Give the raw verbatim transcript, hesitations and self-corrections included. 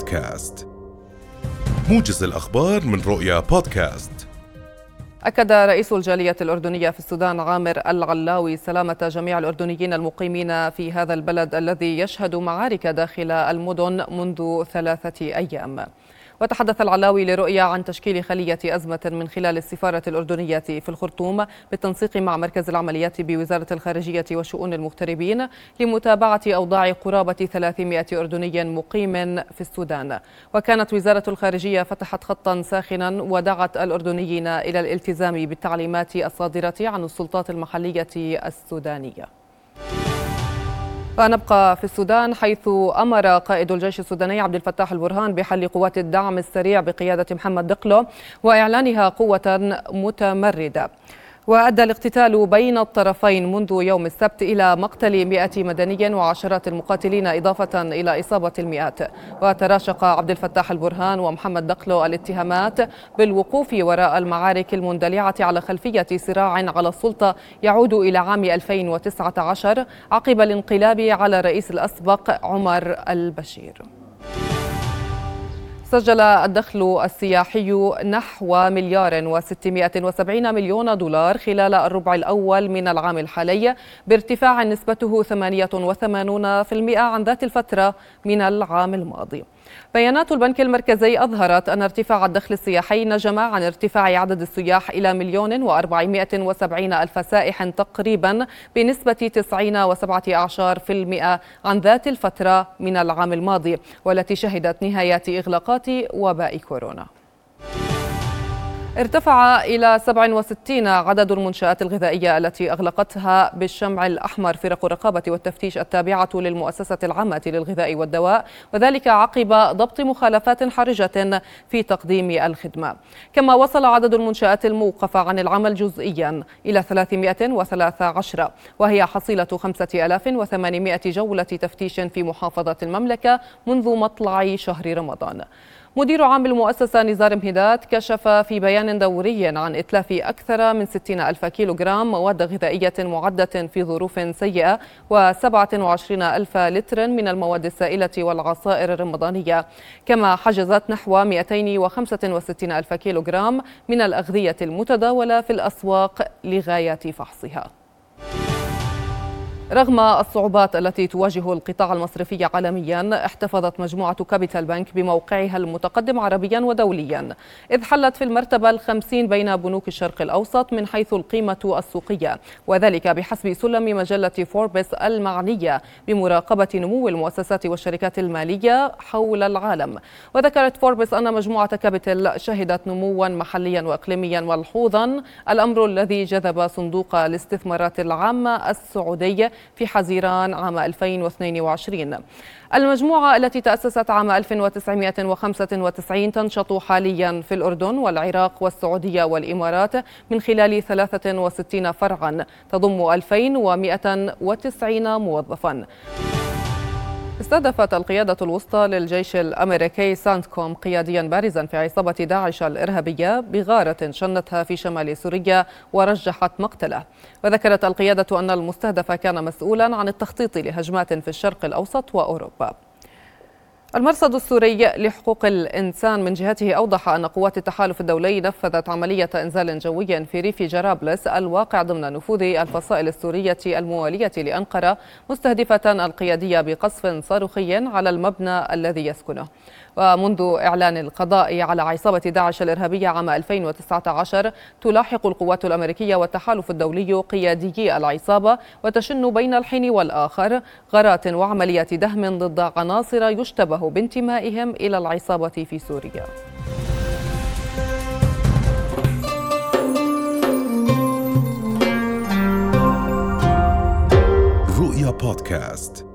بودكاست. موجز الأخبار من رؤيا بودكاست. أكد رئيس الجالية الأردنية في السودان عامر العلاوي سلامة جميع الأردنيين المقيمين في هذا البلد الذي يشهد معارك داخل المدن منذ ثلاثة أيام. وتحدث العلاوي لرؤيا عن تشكيل خلية أزمة من خلال السفارة الأردنية في الخرطوم بالتنسيق مع مركز العمليات بوزارة الخارجية وشؤون المغتربين لمتابعة أوضاع قرابة ثلاثمائة أردني مقيم في السودان. وكانت وزارة الخارجية فتحت خطا ساخنا ودعت الأردنيين إلى الالتزام بالتعليمات الصادرة عن السلطات المحلية السودانية. فنبقى في السودان، حيث أمر قائد الجيش السوداني عبد الفتاح البرهان بحل قوات الدعم السريع بقيادة محمد دقلو وإعلانها قوة متمردة. وأدى الاقتتال بين الطرفين منذ يوم السبت إلى مقتل مئة مدني وعشرات المقاتلين إضافة إلى إصابة المئات. وتراشق عبد الفتاح البرهان ومحمد دقلو الاتهامات بالوقوف وراء المعارك المندلعة على خلفية صراع على السلطة يعود إلى عام ألفين وتسعة عشر عقب الانقلاب على الرئيس الأسبق عمر البشير. سجل الدخل السياحي نحو مليار وستمائة وسبعين مليون دولار خلال الربع الأول من العام الحالي، بارتفاع نسبته ثمانية وثمانين بالمئة عن ذات الفترة من العام الماضي. بيانات البنك المركزي أظهرت أن ارتفاع الدخل السياحي نجم عن ارتفاع عدد السياح إلى مليون وأربعمائة وسبعين ألف سائح تقريبا بنسبة تسعين وسبعة عشر بالمئة عن ذات الفترة من العام الماضي، والتي شهدت نهايات إغلاقات وباء كورونا. ارتفع إلى سبعة وستين عدد المنشآت الغذائية التي أغلقتها بالشمع الأحمر فرق الرقابة والتفتيش التابعة للمؤسسة العامة للغذاء والدواء، وذلك عقب ضبط مخالفات حرجة في تقديم الخدمة. كما وصل عدد المنشآت الموقفة عن العمل جزئيا إلى ثلاثمائة وثلاثة عشر، وهي حصيلة خمسة آلاف وثمانمائة جولة تفتيش في محافظة المملكة منذ مطلع شهر رمضان. مدير عام المؤسسة نزار مهداد كشف في بيان دوري عن إتلاف أكثر من ستين ألف كيلوغرام مواد غذائية معدة في ظروف سيئة وسبعة وعشرين ألف لتر من المواد السائلة والعصائر الرمضانية. كما حجزت نحو مئتين وخمسة وستين ألف كيلوغرام من الأغذية المتداولة في الأسواق لغاية فحصها. رغم الصعوبات التي تواجه القطاع المصرفي عالميا، احتفظت مجموعة كابيتال بنك بموقعها المتقدم عربيا ودوليا، إذ حلت في المرتبة الخمسين بين بنوك الشرق الأوسط من حيث القيمة السوقية، وذلك بحسب سلم مجلة فوربس المعنية بمراقبة نمو المؤسسات والشركات المالية حول العالم. وذكرت فوربس أن مجموعة كابيتال شهدت نموا محليا وإقليميا ملحوظا، الأمر الذي جذب صندوق الاستثمارات العامة السعودي في حزيران عام ألفين واثنين وعشرين. المجموعة التي تأسست عام ألف وتسعمائة وخمسة وتسعين تنشط حاليا في الأردن والعراق والسعودية والإمارات من خلال ثلاثة وستين فرعا تضم ألفين ومئة وتسعين موظفا. استهدفت القيادة الوسطى للجيش الأمريكي سانتكوم قياديا بارزا في عصابة داعش الإرهابية بغارة شنتها في شمال سوريا ورجحت مقتله. وذكرت القيادة أن المستهدف كان مسؤولا عن التخطيط لهجمات في الشرق الأوسط وأوروبا. المرصد السوري لحقوق الإنسان من جهته أوضح أن قوات التحالف الدولي نفذت عملية إنزال جوي في ريف جرابلس الواقع ضمن نفوذ الفصائل السورية الموالية لأنقرة، مستهدفة القيادية بقصف صاروخي على المبنى الذي يسكنه. ومنذ إعلان القضاء على عصابة داعش الإرهابية عام ألفين وتسعة عشر تلاحق القوات الأمريكية والتحالف الدولي قياديي العصابة وتشن بين الحين والآخر غارات وعمليات دهم ضد عناصر يشتبه بانتمائهم إلى العصابة في سوريا. رؤيا بودكاست.